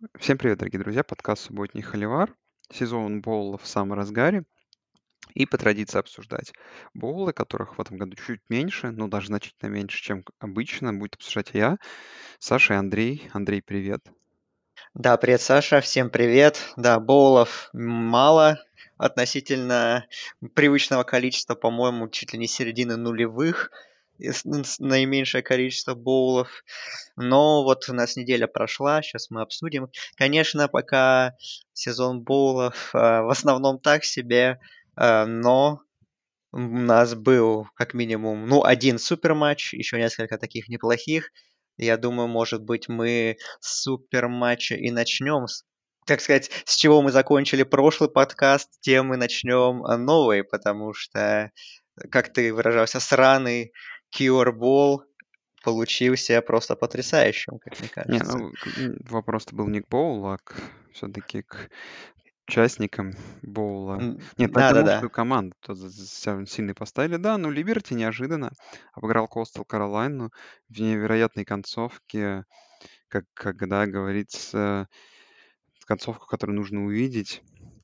Всем привет, дорогие друзья! Подкаст «Субботний Холивар». Сезон боулов в самом разгаре. И по традиции обсуждать боулы, которых в этом году чуть меньше, ну даже значительно меньше, чем обычно. Будет обсуждать я, Саша и Андрей. Андрей, привет. Да, привет, Саша, всем привет. Да, боулов мало относительно привычного количества, по-моему, чуть ли не середины нулевых, наименьшее количество боулов. Но вот у нас неделя прошла, сейчас мы обсудим. Конечно, пока сезон боулов в основном так себе, но у нас был как минимум, ну, один суперматч, еще несколько таких неплохих. Я думаю, может быть, мы с суперматча и начнем. Так сказать, с чего мы закончили прошлый подкаст, тем мы начнем новый, потому что, как ты выражался, сраный Cure получился просто потрясающим, как мне Не, кажется. ну вопрос-то был не к боулу, а все-таки к участникам боула. Нет, это Да-да-да. мужскую команду тут сильно поставили. Да, ну Либерти неожиданно обыграл Костел Каролайну в невероятной концовке, как когда говорится, концовку, которую нужно увидеть,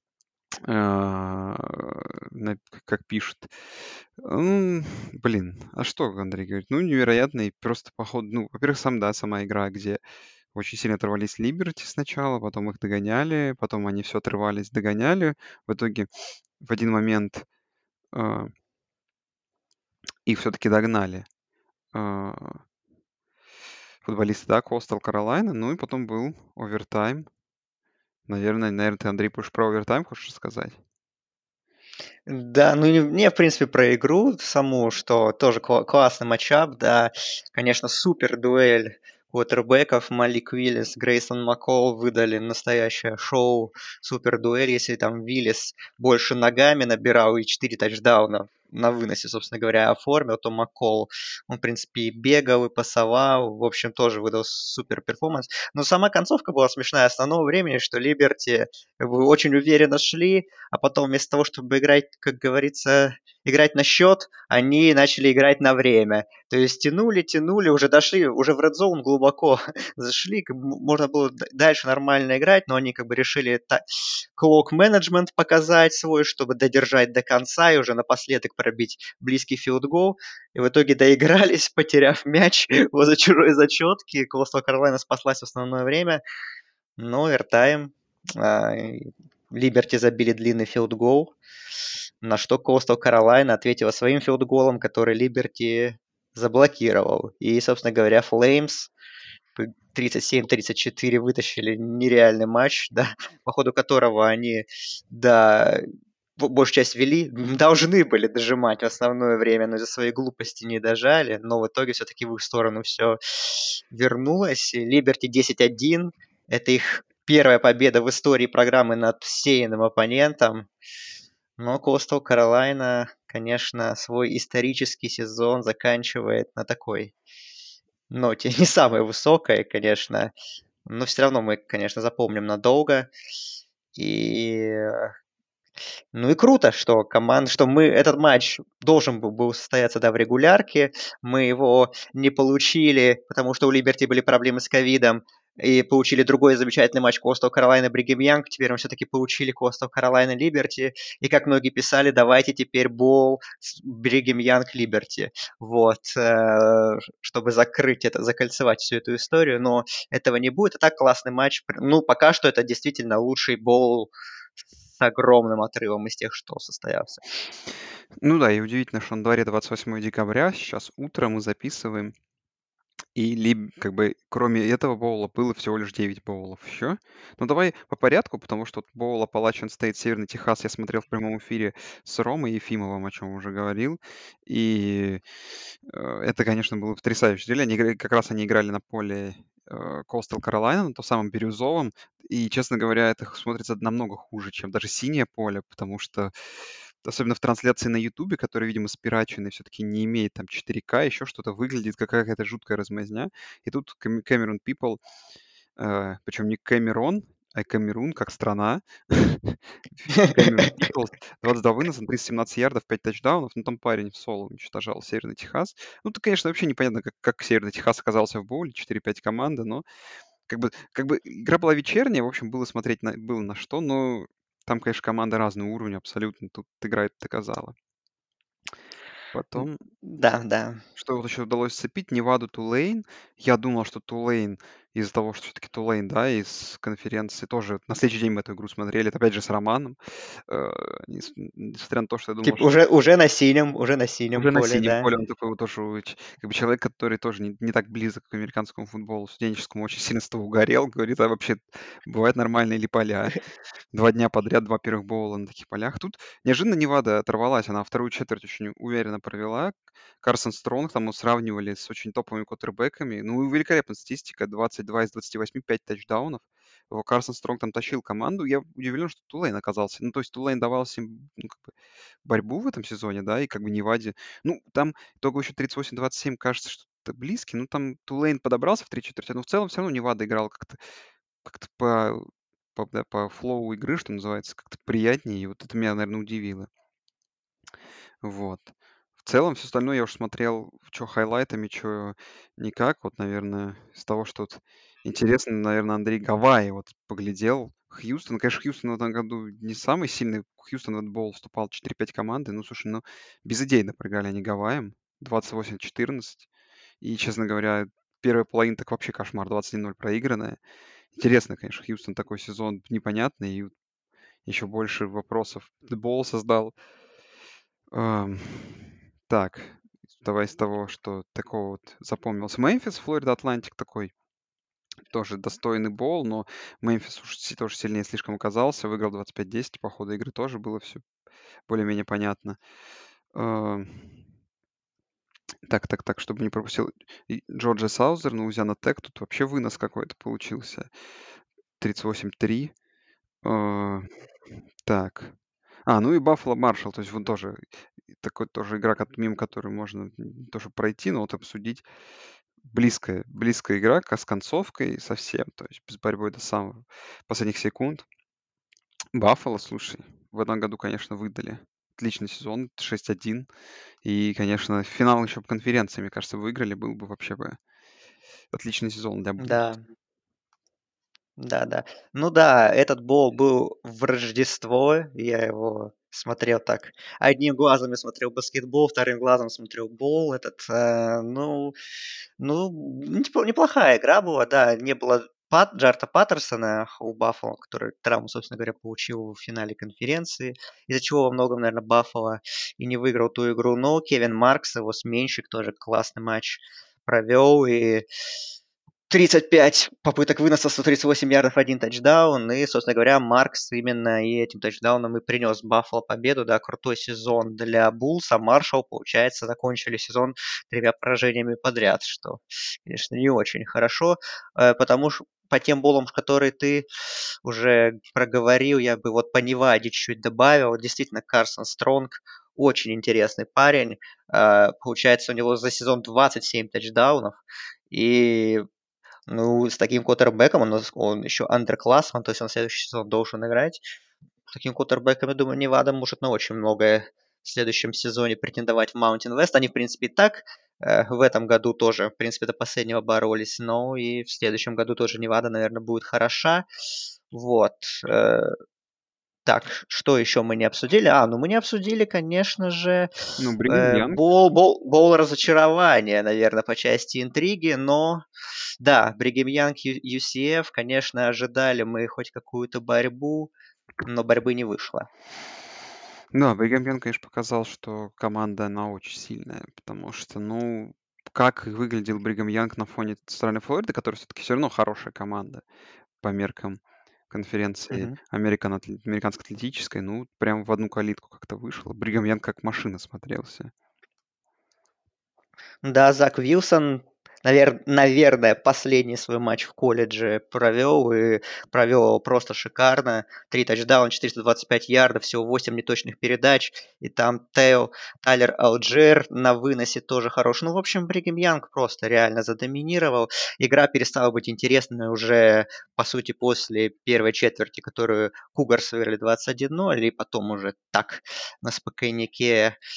а, как пишут. Блин, а что Андрей говорит? Ну, невероятный, просто походу, ну, во-первых, сама игра, где очень сильно оторвались Либерти сначала, потом их догоняли, потом они все отрывались, догоняли. В итоге в один момент а, их все-таки догнали а, футболисты, да, Костел Каролайна, ну и потом был овертайм. Наверное, ты, Андрей, будешь про овертайм хочешь сказать? Да, ну не, в принципе, про игру саму, что тоже классный матчап, да, конечно, супер дуэль квотербеков, Малик Уиллис, Грейсон Маккол выдали настоящее шоу, супер дуэль, если там Уиллис больше ногами набирал и 4 тачдауна на выносе, собственно говоря, оформил, то Маккол, он, в принципе, и бегал, и пасовал, в общем, тоже выдал супер перформанс. Но сама концовка была смешная, основного времени, что Либерти как бы очень уверенно шли, а потом вместо того, чтобы играть, как говорится, играть на счет, они начали играть на время. То есть тянули, тянули, уже дошли, уже в Red Zone глубоко зашли, как бы можно было дальше нормально играть, но они как бы решили клок менеджмент показать свой, чтобы додержать до конца и уже напоследок пробить близкий филдгол. И в итоге доигрались, потеряв мяч возле чужой зачетки. Coastal Carolina спаслась в основное время, но овертайм. Либерти забили длинный филдгол, на что Coastal Carolina ответила своим филдголом, который Либерти заблокировал. И, собственно говоря, Флеймс 37-34 вытащили нереальный матч, да, по ходу которого они, да, большую часть вели, должны были дожимать в основное время, но из-за своей глупости не дожали, но в итоге все-таки в их сторону все вернулось. Либерти 10-1, это их первая победа в истории программы над сеянным оппонентом, но Coastal Carolina, конечно, свой исторический сезон заканчивает на такой ноте, не самой высокой, конечно, но все равно мы, конечно, запомним надолго. И ну и круто, что что мы этот матч должен был состояться, да, в регулярке. Мы его не получили, потому что у Либерти были проблемы с ковидом, и получили другой замечательный матч Coastal Carolina Бригем Янг. Теперь мы все-таки получили Coastal Carolina Либерти. И как многие писали, давайте теперь бол Бригем Янг Либерти. Вот, чтобы закрыть это, закольцевать всю эту историю. Но этого не будет. А так классный матч. Ну, пока что это действительно лучший бол с огромным отрывом из тех, что состоялся. Ну да, и удивительно, что на дворе 28 декабря, сейчас утро мы записываем, и как бы кроме этого боула было всего лишь 9 боулов еще. Ну давай по порядку, потому что вот боул Appalachian State, Северный Техас я смотрел в прямом эфире с Ромой Ефимовым, о чем уже говорил. И это, конечно, было потрясающе. Зрелище. Как раз они играли на поле Coastal Carolina, на том самом бирюзовом. И, честно говоря, это смотрится намного хуже, чем даже синее поле, потому что особенно в трансляции на Ютубе, которая, видимо, спираченный, все-таки не имеет там 4К, еще что-то выглядит как какая-то жуткая размазня. И тут Cameron People, причем не Камерон, а Камерун как страна. Cameron People, 22 выноса, 317 ярдов, 5 тачдаунов. Ну, там парень в соло уничтожал Северный Техас. Ну, это, конечно, вообще непонятно, как Северный Техас оказался в боуле, 4-5 команды, но Как бы игра была вечерняя, в общем, было смотреть было на что, но там, конечно, команда разного уровня абсолютно. Тут игра это доказала. Потом, Да, да. что вот еще удалось сцепить, Неваду, Тулейн. Я думал, что Тулейн из-за того, что все-таки Тулейн, да, из конференции тоже на следующий день мы эту игру смотрели, это опять же с Романом. Э, Несмотря на то, что я думал, Типа что уже на синем уже на поле, синем да. поле он такой вот тоже как бы человек, который тоже не так близок к американскому футболу, студенческому, очень сильно с того угорел, говорит, а вообще бывают нормальные ли поля? 2 дня подряд, 2 первых боула на таких полях. Тут неожиданно Невада оторвалась, она вторую четверть очень уверенно провела. Карсон Стронг там сравнивали с очень топовыми квотербеками. Ну, и великолепная статистика, 22 из 28, 5 тачдаунов. Карсон Стронг там тащил команду. Я удивлен, что Тулейн оказался. Ну, то есть Тулейн давался им как бы борьбу в этом сезоне, да, и как бы Неваде. Ну, там итого еще 38-27, кажется, что это близкий. Ну, там Тулейн подобрался в 3 четверти, но в целом все равно Невада играл как-то по флоу игры, что называется, как-то приятнее. И вот это меня, наверное, удивило. Вот. В целом, все остальное я уже смотрел, что хайлайтами, что никак. Вот, наверное, из того, что вот интересно, наверное, Андрей Гавайи вот поглядел. Хьюстон, конечно, Хьюстон в этом году не самый сильный. Хьюстон в этот боул вступал 4-5 команды. Ну, слушай, ну, безыдейно проиграли они Гавайям. 28-14. И, честно говоря, первая половина так вообще кошмар. 21-0 проигранная. Интересно, конечно, Хьюстон такой сезон непонятный, и еще больше вопросов футбол создал. Ам, Так, давай с того, что такого вот запомнился. Мемфис, Флорида Атлантик такой тоже достойный бол, но Мемфис уж тоже сильнее слишком оказался, выиграл 25-10, по ходу игры тоже было все более-менее понятно. Ам, Так, чтобы не пропустил. И Джорджия Саузер, Луизиана Тек, тут вообще вынос какой-то получился. 38-3. А, Так. Ну и Баффало Маршалл, то есть вот тоже такой тоже игра, мимо которой можно не то что пройти, но вот обсудить. Близкая игра с концовкой совсем, то есть без борьбы до самых последних секунд. Баффало, слушай, в этом году, конечно, выдали. Отличный сезон, 6-1. И, конечно, финал еще по конференции, мне кажется, выиграли, был бы вообще бы отличный сезон для Буллс. Да, да. Ну да, этот бол был в Рождество. Я его смотрел так. Одним глазом я смотрел баскетбол, вторым глазом смотрел бол. Неплохая игра была, да. Не было Джарта Паттерсона у Баффало, который травму, собственно говоря, получил в финале конференции, из-за чего во многом, наверное, Баффало и не выиграл ту игру. Но Кевин Маркс, его сменщик, тоже классный матч провел. И 35 попыток выноса, 138 ярдов, один тачдаун. И, собственно говоря, Маркс именно и этим тачдауном и принес Баффало победу. Да, крутой сезон для Буллс, а Маршалл, получается, закончили сезон 3 поражениями подряд, что, конечно, не очень хорошо, потому что по тем болам, которые ты уже проговорил, я бы вот по Неваде чуть-чуть добавил. Действительно, Карсон Стронг очень интересный парень. Получается, у него за сезон 27 тачдаунов. И ну, с таким квотербеком он еще андерклассман, то есть он следующий сезон должен играть. С таким квотербеком, я думаю, Невада может на очень многое в следующем сезоне претендовать в Mountain West. Они, в принципе, и так в этом году тоже, в принципе, до последнего боролись, но и в следующем году тоже Невада, наверное, будет хороша. Вот. Так, что еще мы не обсудили? Ну мы не обсудили, конечно же, Ну, Бригам Янг. бол разочарования, наверное, по части интриги, но да, Бригем Янг, UCF, конечно, ожидали мы хоть какую-то борьбу, но борьбы не вышло. Да, Бригам Янг, конечно, показал, что команда, она очень сильная, потому что, ну, как выглядел Бригам Янг на фоне Центральной Флориды, которая все-таки все равно хорошая команда по меркам конференции Мгм. американско атлетической, ну, прям в одну калитку как-то вышло. Бригам Янг как машина смотрелся. Да, Зак Вилсон, наверное, последний свой матч в колледже провел и провел его просто шикарно. 3 тачдауна, 425 ярдов, всего 8 неточных передач. И там Тайлер Алджер на выносе тоже хорош. Ну, в общем, Бригем Янг просто реально задоминировал. Игра перестала быть интересной уже, по сути, после первой четверти, которую Кугар выиграли 21-0, и потом уже так на спокойнике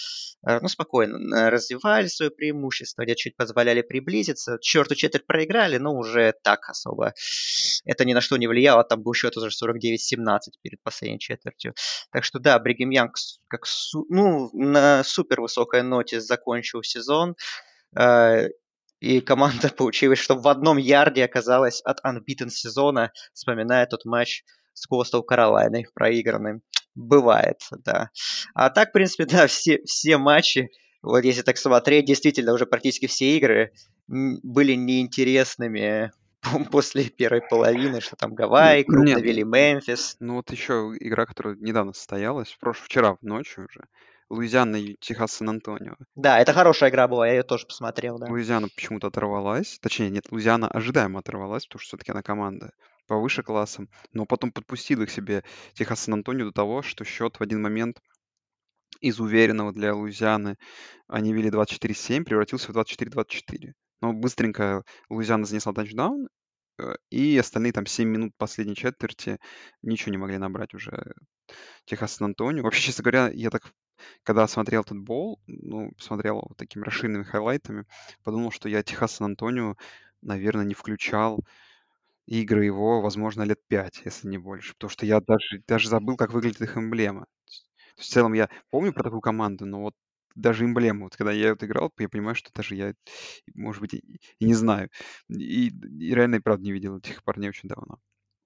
ну, спокойно развивали свое преимущество, где чуть позволяли приблизиться. Черту четверть проиграли, но уже так особо. Это ни на что не влияло. Там был счет уже 49-17 перед последней четвертью. Так что да, Бригем Янг как ну, на супер высокой ноте закончил сезон. Э, И команда получилась, что в одном ярде оказалась от unbeaten сезона, вспоминая тот матч с Coastal Carolina проигранным. Бывает, да. А так, в принципе, да, все матчи, вот если так смотреть, действительно уже практически все игры были неинтересными после первой половины, что там Гавайи крупно Нет, вели Мемфис. ну вот еще игра, которая недавно состоялась, вчера ночью уже. Луизиана и Техас Сан-Антонио. Да, это хорошая игра была, я ее тоже посмотрел, да. Луизиана почему-то оторвалась. Точнее, нет, Луизиана ожидаемо оторвалась, потому что все-таки она команда повыше классом. Но потом подпустила к себе Техас Сан-Антонио до того, что счет в один момент из уверенного для Луизианы они вели 24-7, превратился в 24-24. Но быстренько Луизиана занесла тачдаун, и остальные там 7 минут последней четверти ничего не могли набрать уже Техас Сан-Антонио. Вообще, честно говоря, я так, когда смотрел этот бол, ну, смотрел вот такими расширенными хайлайтами, подумал, что я Техас Сан-Антонио, наверное, не включал игры его, возможно, лет 5, если не больше. Потому что я даже забыл, как выглядит их эмблема. То есть в целом я помню про такую команду, но вот даже эмблему, вот когда я вот играл, я понимаю, что даже я, может быть, и не знаю. И реально, и правда, не видел этих парней очень давно.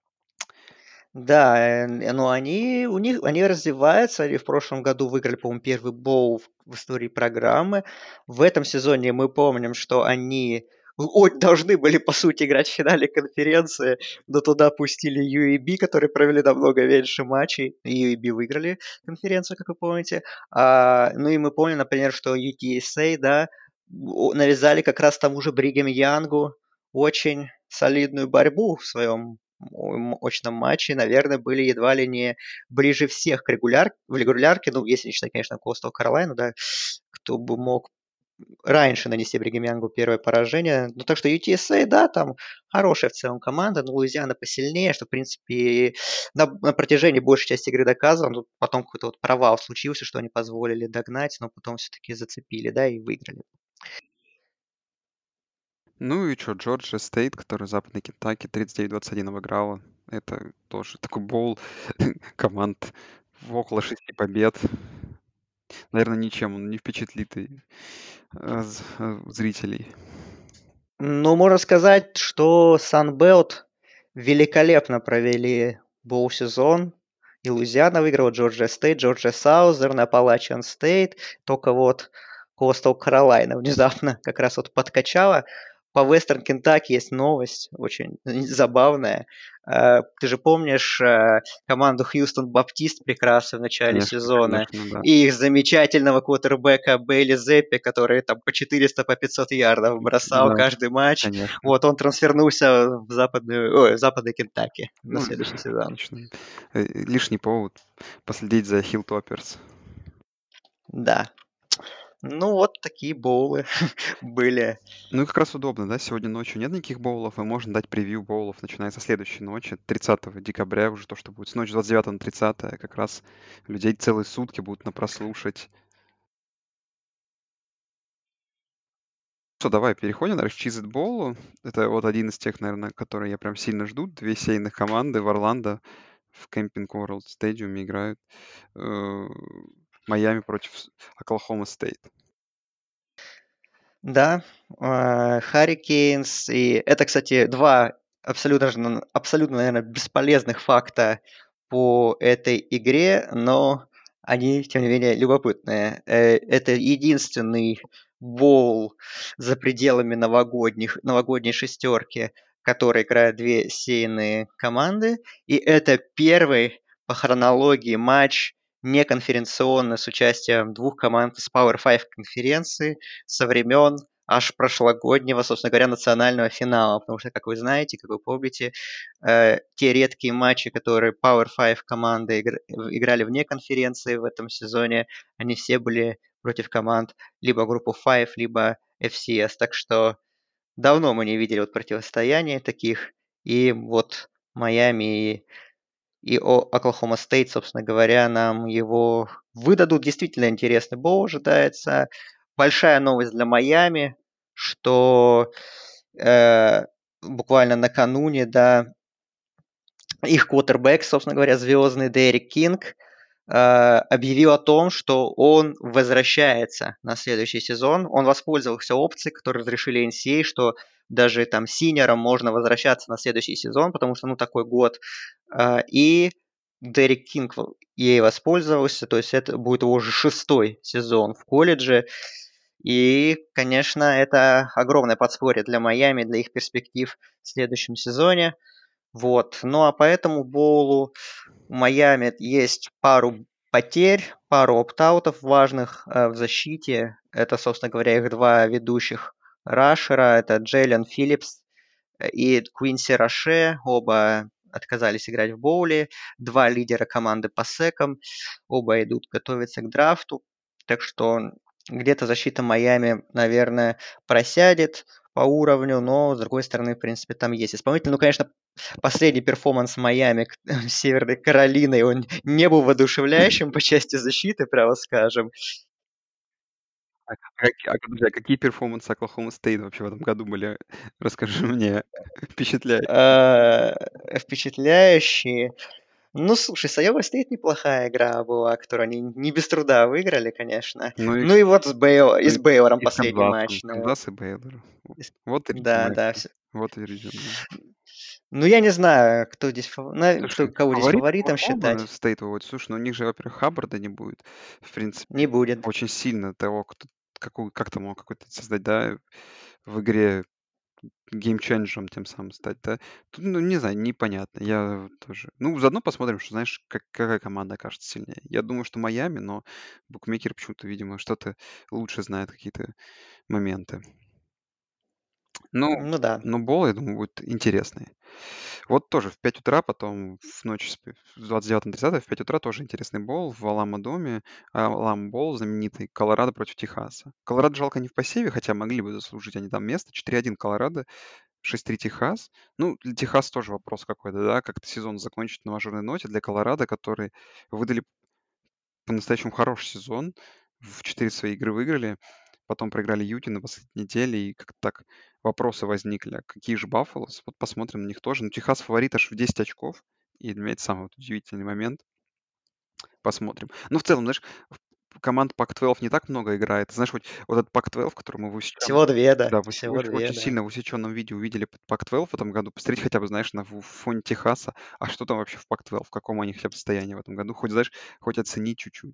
Да, но они развиваются. Они в прошлом году выиграли, по-моему, первый боул в истории программы. В этом сезоне мы помним, что они должны были, по сути, играть в финале конференции, но туда пустили UAB, которые провели намного меньше матчей, и UAB выиграли конференцию, как вы помните. Ну и мы помним, например, что UTSA, да, навязали как раз тому же Бригем Янгу очень солидную борьбу в своем очном матче, наверное, были едва ли не ближе всех к в регулярке, ну, если не считать, конечно, Coastal Carolina, да, кто бы мог раньше нанести Бригем Янгу первое поражение. Ну, так что UTSA, да, там хорошая в целом команда, но Луизиана посильнее, что, в принципе, на протяжении большей части игры доказывал. Ну, потом какой-то вот провал случился, что они позволили догнать, но потом все-таки зацепили, да, и выиграли. Ну и что, Джорджия Стейт, который Западный Кентаки 39-21 обыграла. Это тоже такой боул команд в около 6 побед. Наверное, ничем он не впечатлит и зрителей. Ну, можно сказать, что Sunbelt великолепно провели боул-сезон. И Луизиана выиграла, Джорджия Стейт, Джорджия Саузерн, Appalachian Стейт. Только вот Coastal Carolina внезапно как раз вот подкачала. По Western Kentucky есть новость очень забавная. Ты же помнишь команду Хьюстон Баптист прекрасно в начале Конечно, сезона конечно, да. и их замечательного квотербека Бейли Зеппи, который там по 400, по 500 ярдов бросал Да, каждый матч. конечно. Вот он трансфернулся в западный Кентаки на Ну, следующий сезон. конечно. Лишний повод последить за Хиллтоперс. Да. Ну, вот такие боулы были. Ну и как раз удобно, да? Сегодня ночью нет никаких боулов, и можно дать превью боулов, начиная со следующей ночи, 30 декабря уже то, что будет с ночи с 29 на 30, как раз людей целые сутки будут на прослушать. Что, давай переходим, наверное, к Cheez It Bowl. Это вот один из тех, наверное, которые я прям сильно жду. Две сейных команды в Орландо в Camping World Stadium играют. Э, Майами против Оклахома Стейт. Да, Харрикейнс. И это, кстати, два абсолютно, наверное, бесполезных факта по этой игре, но они, тем не менее, любопытные. Это единственный боул за пределами новогодней шестерки, который играют две сейные команды. И это первый по хронологии матч неконференционный с участием двух команд из Power 5 конференции со времен аж прошлогоднего, собственно говоря, национального финала. Потому что, как вы знаете, как вы помните, те редкие матчи, которые Power 5 команды играли вне конференции в этом сезоне, они все были против команд либо группы 5, либо FCS. Так что давно мы не видели вот противостояний таких. И вот Майами и Оклахома Стейт, собственно говоря, нам его выдадут действительно интересный боул, ожидается. Большая новость для Майами, что э, буквально накануне, да, их квотербек, собственно говоря, звездный Дерек Кинг, объявил о том, что он возвращается на следующий сезон. Он воспользовался опцией, которую разрешили NCAA, что даже там синерам можно возвращаться на следующий сезон, потому что, ну, такой год. И Дерек Кинг ей воспользовался, то есть это будет его уже 6-й сезон в колледже. И, конечно, это огромное подспорье для Майами, для их перспектив в следующем сезоне. Вот. Ну а по этому боулу у Майами есть пару потерь, пару опт-аутов важных в защите. Это, собственно говоря, их два ведущих рашера. Это Джейлен Филлипс и Квинси Роше. Оба отказались играть в боуле. Два лидера команды по секам. Оба идут готовиться к драфту. Так что где-то защита Майами, наверное, просядет по уровню, но, с другой стороны, в принципе, там есть исполнитель. Ну, конечно, последний перформанс Майами с Северной Каролиной, он не был воодушевляющим по части защиты, прямо скажем. Подожди, а какие перформансы Оклахома Стейт вообще в этом году были? Расскажи мне. Впечатляет. Э, Впечатляющие. Ну, слушай, с Айова Стейт неплохая игра была, которую они не без труда выиграли, конечно. Ну и, Ну и вот и ну с Бейлором и с последний Канзасом. матч. Канзас и Бейлор. Вот и Да, резюме. да. Вот и резюме. Ну, я не знаю, кто здесь, Слушай, кого здесь фаворитом фаворитом Оклахома считать. Стейт выводит. Слушай, ну у них же, во-первых, Хаббарда не будет. В Не принципе, будет. очень сильно того, кто, как то мог какой-то создать, да, в игре геймченджером тем самым стать, да. Тут, ну, не знаю, непонятно. Я тоже. Ну, заодно посмотрим, что, знаешь, какая команда окажется сильнее. Я думаю, что Майами, но букмекер почему-то, видимо, что-то лучше знает какие-то моменты. Ну, Ну да. но бол, я думаю, будет интересный. Вот тоже в 5 утра, потом в ночь с 29 на 30 в 5 утра тоже интересный бол в Алама-доме. Алама-бол знаменитый. Колорадо против Техаса. Колорадо жалко не в посеве, хотя могли бы заслужить они там место. 4-1 Колорадо, 6-3 Техас. Ну, для Техаса тоже вопрос какой-то, да, как-то сезон закончить на мажорной ноте. Для Колорадо, которые выдали по-настоящему хороший сезон, в 4 свои игры выиграли, потом проиграли Юте на последней неделе, и как-то так вопросы возникли. А какие же Баффалос? Вот посмотрим на них тоже. Ну, Техас фаворит аж в 10 очков, и для меня это самый вот удивительный момент. Посмотрим. Ну, в целом, знаешь, команд Pac-12 не так много играет. Знаешь, вот этот Pac-12, который мы в усеченном, Всего две, да. да, Всего две, очень да. сильно в усеченном виде увидели Pac-12 в этом году. Посмотреть хотя бы, знаешь, на фоне Техаса, а что там вообще в Pac-12, в каком они хотя бы состоянии в этом году. Хоть, знаешь, хоть оценить чуть-чуть.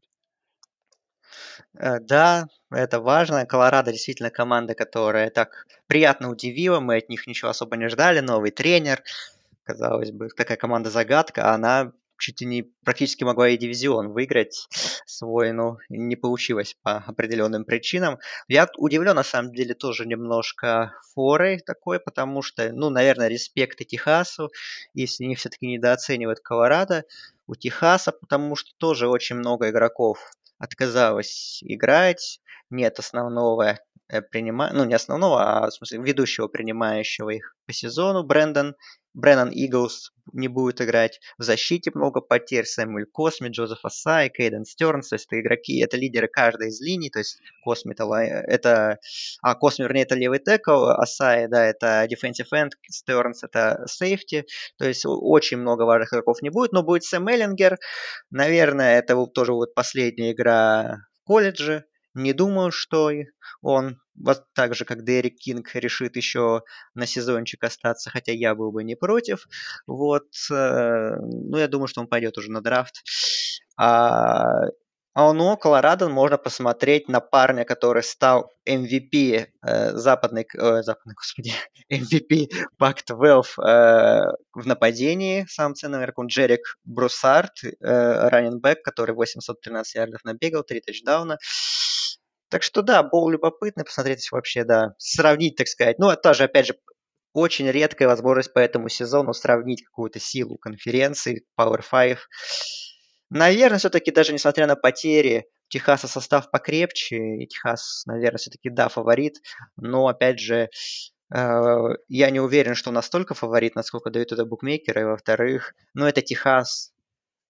Да, это важно. Колорадо действительно команда, которая так приятно удивила. Мы от них ничего особо не ждали. Новый тренер, казалось бы, такая команда-загадка, а она чуть ли не практически могла и дивизион выиграть свой, но не получилось по определенным причинам. Я удивлен, на самом деле, тоже немножко форой такой, потому что, ну, наверное, респект и Техасу, если они все-таки недооценивают Колорадо. У Техаса, потому что тоже очень много игроков отказалось играть, нет основного ну не основного, а в смысле ведущего, принимающего их по сезону. Бреннан Иглс не будет играть. В защите много потерь. Сэмюэль Косми, Джозеф Асай, Кейден Стернс. То есть это игроки, это лидеры каждой из линий. То есть Косми Косми, вернее, это левый текл, Асай, да, это defensive end, Стернс это сейфти. То есть очень много важных игроков не будет, но будет Сэм Эллингер. Наверное, это тоже вот последняя игра в колледже. Не думаю, что он вот так же, как Дерек Кинг, решит еще на сезончик остаться, хотя я был бы не против. Вот, ну, я думаю, что он пойдет уже на драфт. А, ну, Колорадо можно посмотреть на парня, который стал MVP господи, MVP Pac-12 в нападении, самым ценным игроком Джерик Бруссард, раннинбэк, который 813 ярдов набегал, 3 тачдауна. Так что да, был любопытно посмотреть вообще, да, сравнить, так сказать. Ну, это тоже, опять же, очень редкая возможность по этому сезону сравнить какую-то силу конференции Power 5. Наверное, все-таки даже несмотря на потери, у Техаса состав покрепче, и Техас, наверное, все-таки, да, фаворит. Но, опять же, я не уверен, что настолько фаворит, насколько дают это букмекеры. И, во-вторых, ну, это Техас.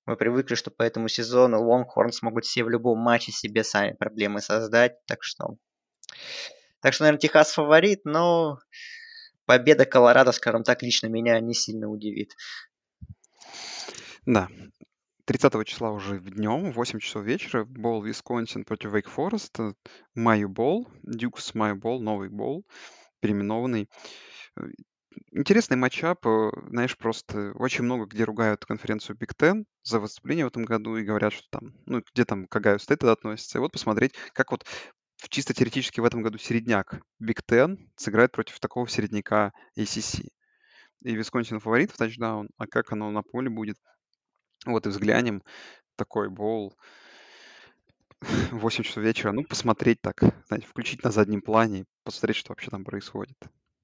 Мы привыкли, что по этому сезону Лонгхорнс могут все в любом матче себе сами проблемы создать. Так что, наверное, Техас фаворит, но победа Колорадо, скажем так, лично меня не сильно удивит. Да, 30 числа уже в днем, в 8 часов вечера, боул Висконсин против Вейк Фореста, Майю Боул, Дюкс Майю Боул, новый боул, переименованный. Э, Интересный матчап, знаешь, просто очень много где ругают конференцию Big Ten за выступление в этом году и говорят, что там, ну, где там к Огайо Стейт это относится. И вот посмотреть, как вот чисто теоретически в этом году середняк Big Ten сыграет против такого середняка ACC. И Висконсин фаворит в тачдаун, а как оно на поле будет, вот и взглянем. Такой боул в 8 часов вечера. Ну, посмотреть так, знаете, включить на заднем плане и посмотреть, что вообще там происходит.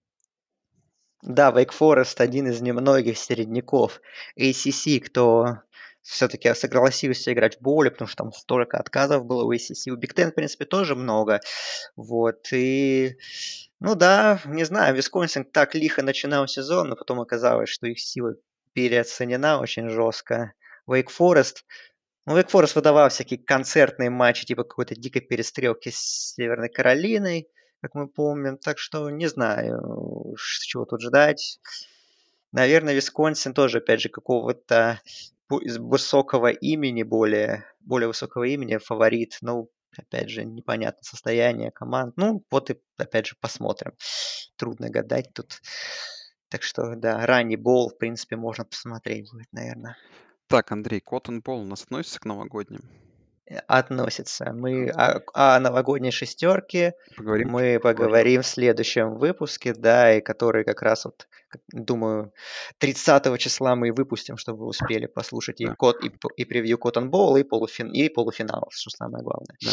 Да, Wake Forest один из немногих середняков ACC, кто все-таки согласился играть в боуле, потому что там столько отказов было у ACC. У Big Ten, в принципе, тоже много. Вот, и, ну да, не знаю, Висконсин так лихо начинал сезон, но потом оказалось, что их сила переоценена очень жестко. Wake Forest, ну, Wake Forest выдавал всякие концертные матчи, типа какой-то дикой перестрелки с Северной Каролиной, как мы помним. Так что не знаю, чего тут ждать. Наверное, Висконсин тоже, опять же, какого-то из высокого имени, более высокого имени фаворит. Ну, опять же, непонятно состояние команд. Ну, вот и, опять же, посмотрим. Трудно гадать тут. Так что, да, ранний бол, в принципе, можно посмотреть будет, наверное. Так, Андрей, Cotton Bowl у нас относится к новогодним? Относится. Мы о новогодней шестерке Поговорим чуть мы попозже. поговорим в следующем выпуске, да, и который как раз вот, думаю, 30 числа мы и выпустим, чтобы вы успели послушать и Да, код, и превью Cotton Bowl, и полуфинал, что самое главное. да.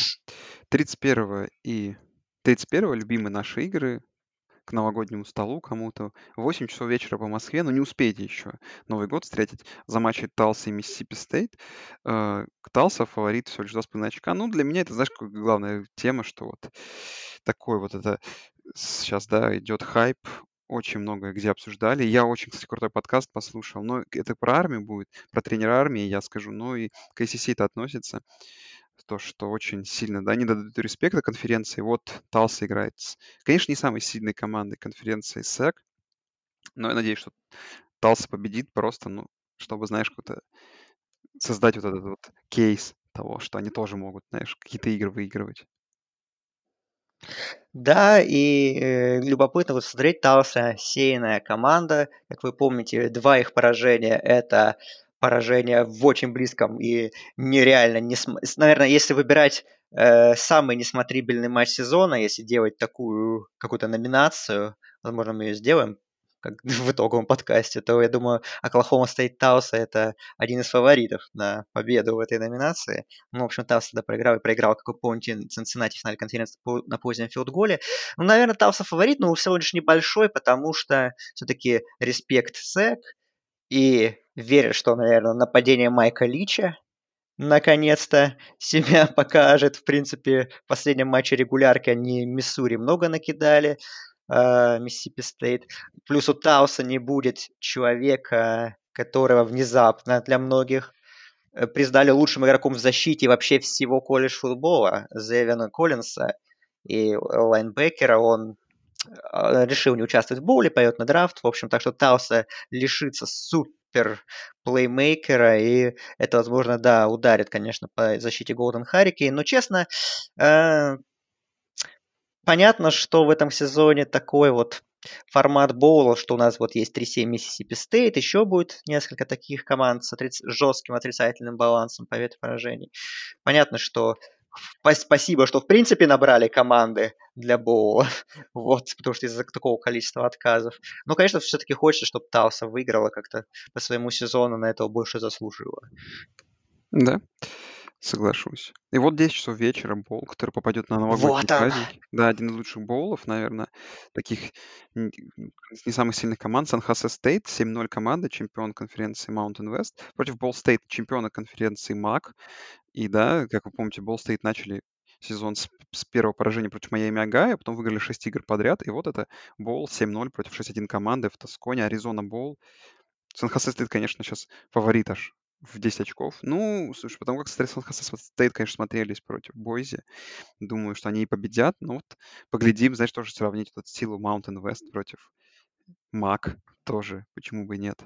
31 и 31 любимые наши игры к новогоднему столу кому-то. 8 часов вечера по Москве, но не успеете еще Новый год встретить за матчей Талса и Миссисипи Стейт. Талса фаворит всего лишь 2,5 очка. Ну, для меня это, знаешь, как главная тема, что вот такой вот это сейчас, да, идет хайп, очень много где обсуждали. Я очень, кстати, крутой подкаст послушал, но это про армию будет, про тренера армии я скажу, ну и к ACC это относится, то, что очень сильно, да, не дадут респекта конференции. Вот Талса играет конечно, не самой сильной командой конференции СЭК, но я надеюсь, что Талса победит просто, ну, чтобы, знаешь, какой-то создать вот этот вот кейс того, что они тоже могут, знаешь, какие-то игры выигрывать. Да, и любопытно вот смотреть, Талса сеянная команда. Как вы помните, два их поражения– это поражение в очень близком и нереально. Наверное, если выбирать самый несмотрибельный матч сезона, если делать такую какую-то номинацию, возможно, мы ее сделаем как в итоговом подкасте, то я думаю, Оклахома Стейт Талса– это один из фаворитов на победу в этой номинации. Ну, в общем, Талс тогда проиграл, как вы помните, Цинциннати в финале конференции на позднем филдголе. Ну, наверное, Талса фаворит, но всего лишь небольшой, потому что все-таки респект Сек и верят, что, наверное, нападение Майка Лича наконец-то себя покажет. В принципе, в последнем матче регулярки они Миссури много накидали, Миссисипи Стейт. Плюс у Тауса не будет человека, которого внезапно для многих признали лучшим игроком в защите вообще всего колледж футбола Зевина Коллинса и лайнбекера. Он решил не участвовать в боуле, поет на драфт. В общем, так что Тауса лишится супер плеймейкера, и это, возможно, да, ударит, конечно, по защите Golden Hurricane. Но, честно, э, понятно, что в этом сезоне такой вот формат боула, что у нас вот есть 3-7 Миссисипи Стейт, еще будет несколько таких команд с жестким отрицательным балансом побед и поражений. Понятно, что спасибо, что в принципе набрали команды для боула, вот, потому что из-за такого количества отказов. Но, конечно, все-таки хочется, чтобы Талса выиграла как-то по своему сезону, на этого больше заслуживала. Да, соглашусь. И вот 10 часов вечера боул, который попадет на новогодний Вот он! праздник. Да, один из лучших боулов, наверное, таких н- не самых сильных команд. Сан-Хосе Стейт, 7-0 команда, чемпион конференции Mountain West, против Болл Стейт, чемпиона конференции МАК. И да, как вы помните, Болл Стейт начали сезон с первого поражения против Майами Агая, потом выиграли 6 игр подряд, и вот это Болл 7-0 против 6-1 команды в Тосконе, Аризона Болл. Сан-Хосе Стейт, конечно, сейчас фаворит аж в 10 очков. Ну, слушай, потому как Сан Хосе Стейт, конечно, смотрелись против Бойзи. Думаю, что они и победят. Но вот поглядим, знаешь, тоже сравнить вот силу Mountain West против МАК тоже. Почему бы и нет?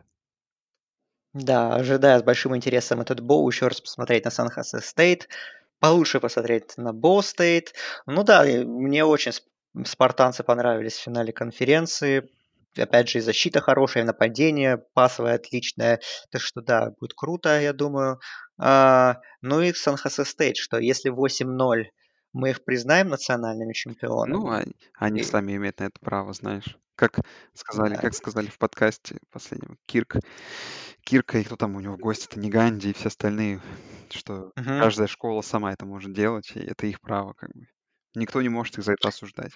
Да, ожидаю с большим интересом этот боул, еще раз посмотреть на Сан-Хосе Стейт, получше посмотреть на Бол Стейт. Ну да, и мне очень спартанцы понравились в финале конференции. Опять же, и защита хорошая, и нападение пасовое отличное. Так что да, будет круто, я думаю. Ну и Сан-Хосе Стейт, что если 8-0 мы их признаем национальными Ну, чемпионами, они и, сами имеют на это право, знаешь. Как сказали, да. как сказали в подкасте последнем, Кирка и кто там у него в гости, это не Ганди и все остальные, что Мгм. каждая школа сама это может делать, и это их право, как бы. Никто не может их за это осуждать.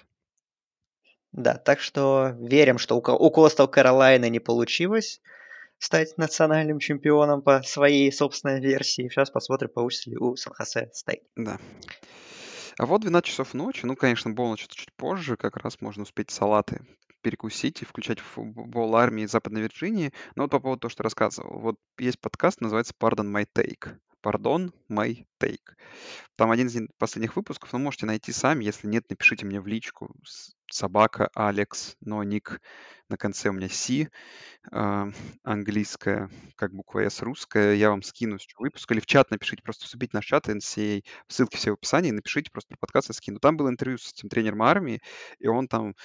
Да, так что верим, что у Coastal Carolina не получилось стать национальным чемпионом по своей собственной версии. Сейчас посмотрим, получится ли у Сан-Хосе Стейт. Да. А вот 12 часов ночи, ну, конечно, Бол что-то чуть позже, как раз можно успеть салаты перекусить и включать футбол армии Западной Вирджинии. Но вот по поводу того, что рассказывал. Вот есть подкаст, называется «Pardon My Take». Pardon My Take. Там один из последних выпусков, но можете найти сами. Если нет, напишите мне в личку. Собака Алекс, но ник на конце у меня Си, а, английская, как буква S русская. Я вам скину выпуск. Или в чат напишите, просто вступите в наш чат NCAA. Ссылки все в описании. Напишите просто про подкаст, я скину. Там было интервью с этим тренером армии, и он там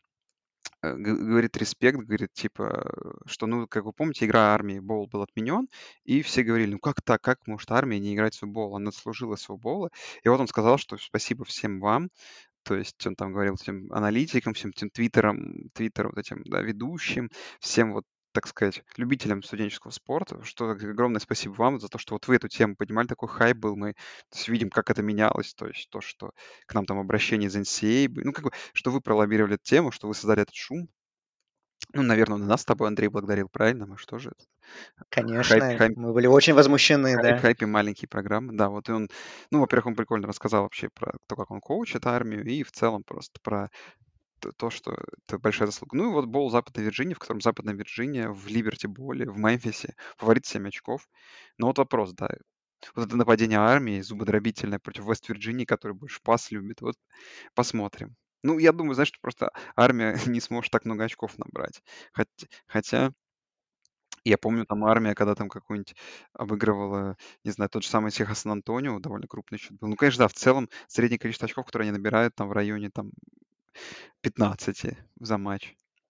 говорит респект, говорит, типа, что, ну, как вы помните, игра армии, боул был отменен, и все говорили, ну как так, как может армия не играть в футбол? Она заслужила своего боула. И вот он сказал, что спасибо всем вам, то есть он там говорил всем аналитикам, всем этим твиттерам вот этим, да, ведущим, всем вот, так сказать, любителям студенческого спорта, что огромное спасибо вам за то, что вот вы эту тему поднимали, такой хайп был, мы то есть, видим, как это менялось, то есть то, что к нам там обращение из NCAA, ну, как бы, что вы пролоббировали эту тему, что вы создали этот шум. Ну, наверное, он и нас с тобой, Андрей, благодарил, правильно? Мы что же это? Хайп, Конечно, хайп, мы были очень возмущены, хайп, да. хайпе маленькие программы. Да, вот и он, ну, во-первых, он прикольно рассказал вообще про то, как он коучит армию, и в целом просто про то, что это большая заслуга. Ну и вот боул Западной Вирджинии, в котором Западная Вирджиния в Либерти-Боле, в Мемфисе, фаворит 7 очков. Но вот вопрос, да, вот это нападение армии зубодробительное против Вест-Вирджинии, который больше пас любит, вот посмотрим. Ну, я думаю, знаешь, что просто армия не сможет так много очков набрать. Хотя я помню, там армия, когда там какую-нибудь обыгрывала, не знаю, тот же самый Техас Сан-Антонио, довольно крупный счет был. Ну, конечно, да, в целом среднее количество очков, которые они набирают, там в районе там 15 за матч.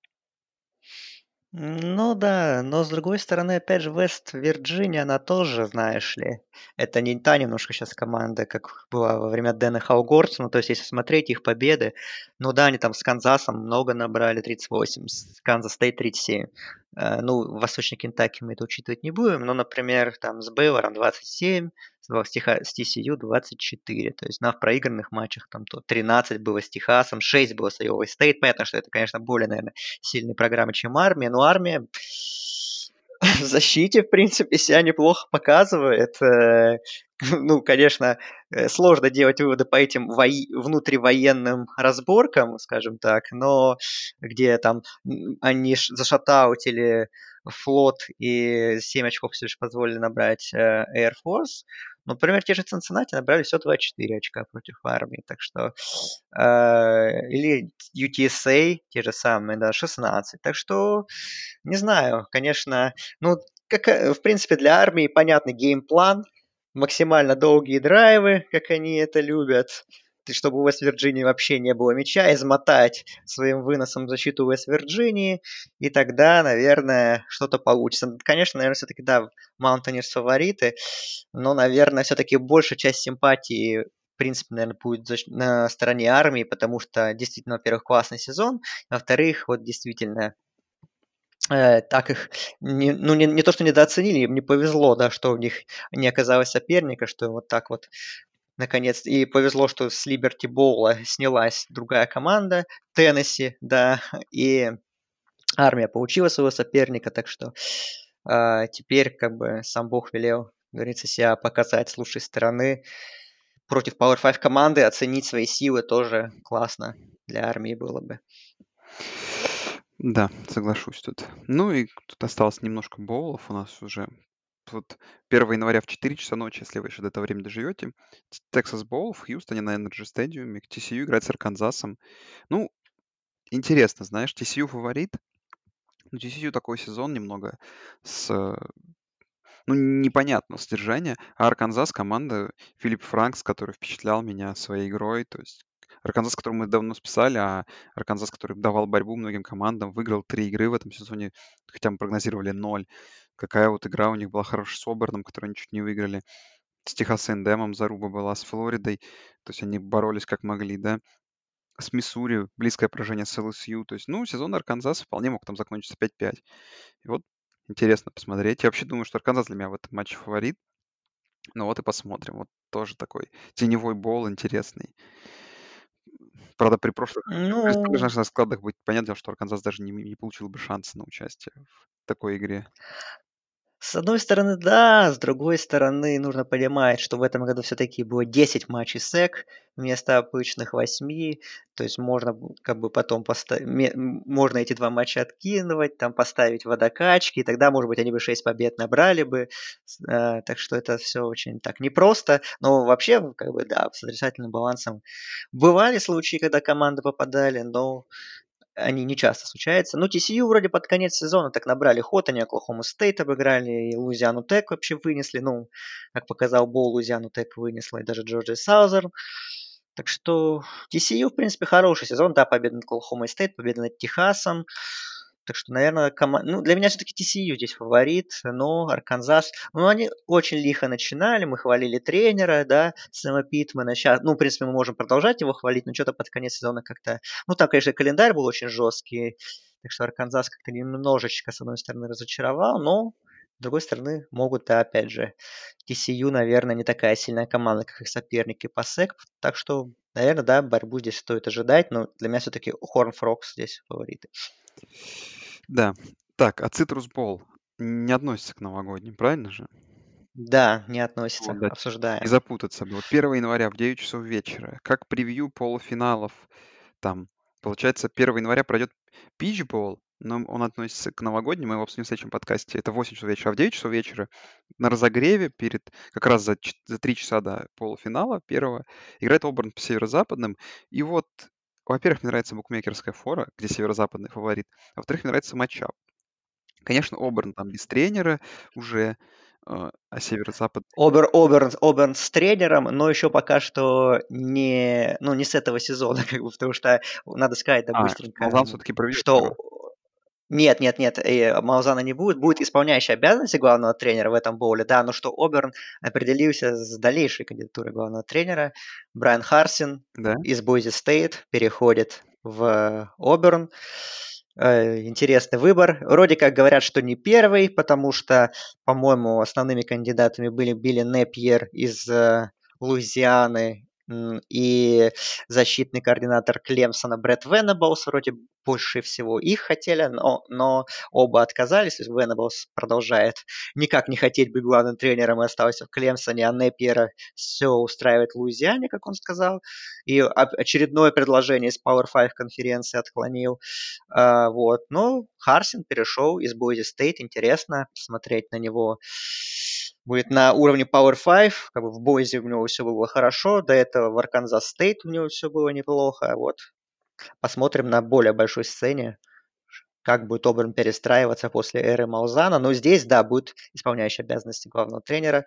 Ну да, но с другой стороны, опять же, Вест-Вирджиния, она тоже, знаешь ли, это не та немножко сейчас команда, как была во время Дэна Хаугортса, ну то есть если смотреть их победы, ну да, они там с Канзасом много набрали, 38, с Канзас Стейт 37. Ну, в Восточной Кентаки мы это учитывать не будем, но, например, там с Бейлором 27, с TCU 24, то есть на в проигранных матчах там то 13 было с Техасом, 6 было с Iowa State, понятно, что это, конечно, более, наверное, сильной программы, чем армия. Но армия в защите, в принципе, себя неплохо показывает. Ну, конечно, сложно делать выводы по этим внутривоенным разборкам, скажем так, но где там они зашатаутили флот и 7 очков все лишь позволили набрать Air Force. Ну, например, те же Цинциннати набрали всего 24 очка против армии, так что или UTSA, те же самые, да, 16. Так что, не знаю, конечно, ну, как, в принципе, для армии понятный геймплан, максимально долгие драйвы, как они это любят, чтобы у Вест-Вирджинии вообще не было мяча, измотать своим выносом защиту Вест-Вирджинии, и тогда, наверное, что-то получится. Конечно, наверное, все-таки, да, Маунтинерс фавориты, но, наверное, все-таки большая часть симпатии в принципе, наверное, будет на стороне армии, потому что действительно, во-первых, классный сезон, во-вторых, вот действительно, так их не то, что недооценили, им не повезло, да, что у них не оказалось соперника, что вот так вот наконец. И повезло, что с Liberty Bowl снялась другая команда, Теннесси, да, и армия получила своего соперника, так что теперь как бы сам Бог велел, как говорится, себя показать с лучшей стороны. Против Power 5 команды оценить свои силы тоже классно для армии было бы. Да, соглашусь тут. Ну и тут осталось немножко боулов у нас уже. вот 1 января в 4 часа ночи, если вы еще до этого времени доживете, Texas Bowl в Хьюстоне на Energy Stadium, TCU играет с Арканзасом. Ну, интересно, знаешь, TCU фаворит, но TCU такой сезон немного с ну, непонятного содержания. А Арканзас — команда Филипп Франкс, который впечатлял меня своей игрой. То есть Арканзас, который мы давно списали, а Арканзас, который давал борьбу многим командам, выиграл 3 игры в этом сезоне, хотя мы прогнозировали 0. Какая вот игра у них была хорошая с Оберном, которую они чуть не выиграли. С Техас A&M заруба была, с Флоридой. То есть они боролись как могли, да. С Миссури близкое поражение с ЛСЮ. То есть, ну, сезон Арканзаса вполне мог там закончиться 5-5. И вот интересно посмотреть. Я вообще думаю, что Арканзас для меня в этом матче фаворит. Ну вот и посмотрим. Вот тоже такой теневой бол интересный. Правда, при остальных Ну, наших раскладах будет понятно, что Арканзас даже не получил бы шанса на участие в такой игре. с одной стороны, да, с другой стороны, нужно понимать, что в этом году все-таки будет 10 матчей СЭК вместо обычных 8. То есть можно как бы потом можно эти два матча откинуть, там поставить водокачки, и тогда, может быть, они бы 6 побед набрали бы. Так что это все очень так непросто. Но вообще, как бы, да, с отрицательным балансом бывали случаи, когда команды попадали, но они не часто случаются. Ну, TCU вроде под конец сезона так набрали ход, они Оклахому Стейт обыграли, и Луизиану Тек вообще вынесли. Ну, как показал Бол, Луизиану Тек вынесла, и даже Джорджия Саузерн. Так что TCU, в принципе, хороший сезон. Да, победа над Оклахомой Стейт, победа над Техасом. Так что, наверное, ну, для меня все-таки TCU здесь фаворит, но Арканзас, ну, они очень лихо начинали, мы хвалили тренера, да, Сэма Питмана, сейчас, ну, в принципе, мы можем продолжать его хвалить, но что-то под конец сезона как-то, ну, там, конечно, календарь был очень жесткий, так что Арканзас как-то немножечко, с одной стороны, разочаровал, но, с другой стороны, могут, да, опять же, TCU, наверное, не такая сильная команда, как их соперники по СЭК, так что, наверное, да, борьбу здесь стоит ожидать, но для меня все-таки Хорн Фрогс здесь фавориты. Да. Так, а Citrus Bowl не относится к новогодним, правильно же? Да, не Вот, относится. да, не Обсуждаем. запутаться бы. Вот 1 января в 9 часов вечера. Как превью полуфиналов там, получается, 1 января пройдет Peach Bowl, но он относится к новогодним, мы его обсудим в следующем подкасте. Это 8 часов вечера. А в 9 часов вечера на разогреве перед, как раз за 3 часа до полуфинала первого, играет Оберн по северо-западным. И вот, во-первых, мне нравится букмекерская фора, где северо-западный фаворит. А во-вторых, мне нравится матчап. Конечно, Оберн там без тренера уже, а северо-запад... Оберн с тренером, но еще пока что не, ну, не с этого сезона, как бы, потому что надо сказать, да, быстренько, Малзан все-таки проведет что игру. нет, Малзана не будет. Будет исполняющий обязанности главного тренера в этом боуле, да, но что Оберн определился с дальнейшей кандидатурой главного тренера. Брайан Харсин Да? из Бойзи Стейт переходит в Оберн. Интересный выбор. Вроде как говорят, что не первый, потому что, по-моему, основными кандидатами были Билли Непьер из Луизианы и защитный координатор Клемсона Брэд Венеблс. Вроде больше всего их хотели, но оба отказались. То есть Венеблс продолжает никак не хотеть быть главным тренером и остался в Клемсоне, а Непьера все устраивает в Луизиане, как он сказал. И очередное предложение из Power 5 конференции отклонил. Вот. Но Харсин перешел из Boise State. Интересно посмотреть на него. Будет на уровне Power 5. Как бы в Boise у него все было хорошо. До этого в Arkansas State у него все было неплохо. Вот. Посмотрим на более большой сцене, как будет Оберн перестраиваться после эры Маузана. Но здесь, да, будет исполняющий обязанности главного тренера.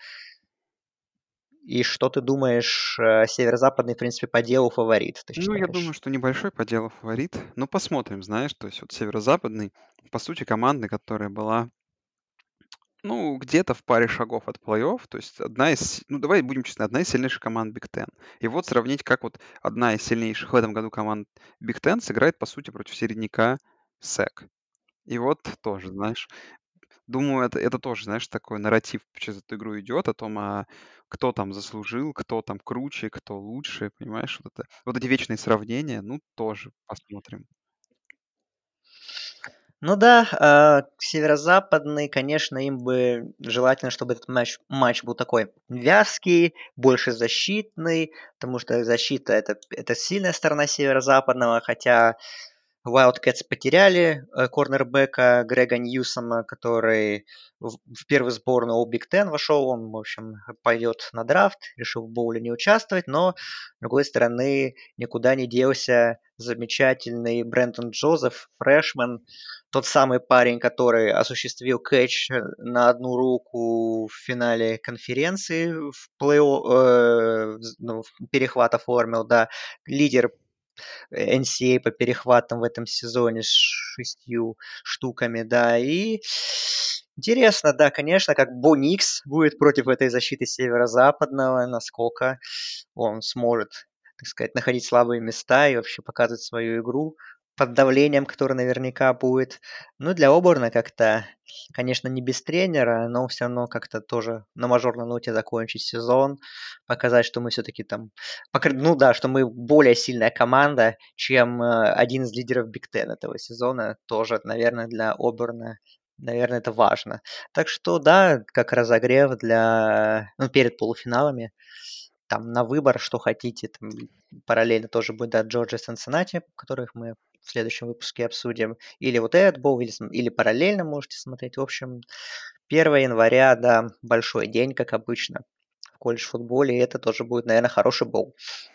И что ты думаешь, северо-западный, в принципе, по делу фаворит, ты Ну, я думаю, считаешь? что небольшой по делу фаворит. Ну, посмотрим, знаешь. То есть вот северо-западный, по сути, команда, которая была, ну, где-то в паре шагов от плей-офф. То есть одна из, ну, давай будем честны, одна из сильнейших команд Биг Тен. И вот сравнить, как вот одна из сильнейших в этом году команд Биг Тен сыграет, по сути, против середняка СЭК. И вот тоже, знаешь, думаю, это тоже, знаешь, такой нарратив через эту игру идет о том, кто там заслужил, кто там круче, кто лучше, понимаешь? Вот эти вечные сравнения, ну, тоже посмотрим. Ну да, северо-западный, конечно, им бы желательно, чтобы этот матч был такой вязкий, больше защитный, потому что защита это сильная сторона северо-западного, хотя Wildcats потеряли корнербека Грега Ньюсома, который в первую сборную All Big Ten вошел. Он, в общем, пойдет на драфт, решил в боуле не участвовать, но, с другой стороны, никуда не делся замечательный Брентон Джозеф, фрешмен, тот самый парень, который осуществил кэч на одну руку в финале конференции в плей-офф, ну, перехват оформил, да, лидер NCAA по перехватам в этом сезоне с 6 штуками, да, и интересно, да, конечно, как Бо Никс будет против этой защиты северо-западного, насколько он сможет, так сказать, находить слабые места и вообще показывать свою игру под давлением, которое наверняка будет. Ну, для Оберна как-то, конечно, не без тренера, но все равно как-то тоже на мажорной ноте закончить сезон, показать, что мы все-таки там, ну да, что мы более сильная команда, чем один из лидеров Биг Тен этого сезона, тоже, наверное, для Оберна, наверное, это важно. Так что да, как разогрев для, ну, перед полуфиналами, там на выбор, что хотите. Там параллельно тоже будет да, Джорджия Cincinnati, которых мы в следующем выпуске обсудим. Или вот этот был, или параллельно можете смотреть. В общем, 1 января, да, большой день, как обычно, в колледж-футболе. И это тоже будет, наверное, хороший боул.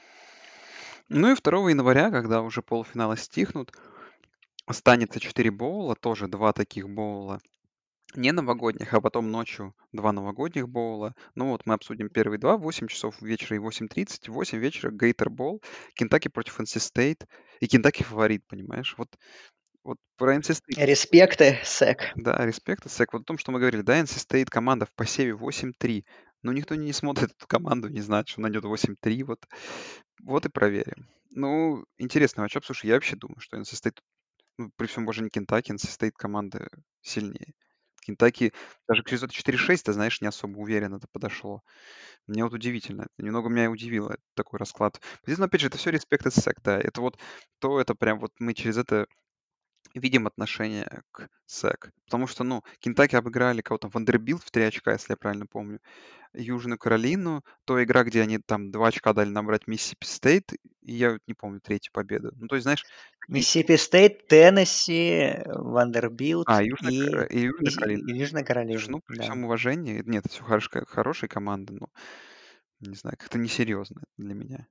Ну и 2 января, когда уже полуфиналы стихнут, останется 4 боула, тоже 2 таких боула. Не новогодних, а потом ночью 2 новогодних боула. Ну вот мы обсудим первые 2 в 8 часов вечера и 8:30. В 8 вечера Гейтер Боул, Кентаки против NC State. И Кентаки фаворит, понимаешь? Вот про NC State, Респекты, Сэк. да, респект, Сек. Вот о том, что мы говорили, да, NC State команда в посеве 8-3. Но никто не смотрит эту команду, не знает, что найдет 8-3. Вот и проверим. Ну, интересный матчап. Слушай, я вообще думаю, что NC State, ну, при всем уважении Кентаки, NC State команда сильнее. Кентаки даже к результату 4-6, ты знаешь, не особо уверенно это подошло. Мне вот удивительно. Это немного меня удивило такой расклад. Здесь, но опять же, это все респект и сек, да. Это прям вот мы через это видим отношение к сек. Потому что, ну, Кентаки обыграли кого-то, Вандербилт в 3 очка, если я правильно помню. Южную Каролину, то игра, где они там 2 очка дали набрать Миссисипи Стейт, и я вот не помню третью победу. Ну, то есть, знаешь, такие... Миссисипи Стейт, Теннесси, Вандербилт И Южная Каролина. и Южная Слушай, Каролина, ну, при да. всем уважении, нет, это все хорошая команда, но, не знаю, как-то несерьезно для меня.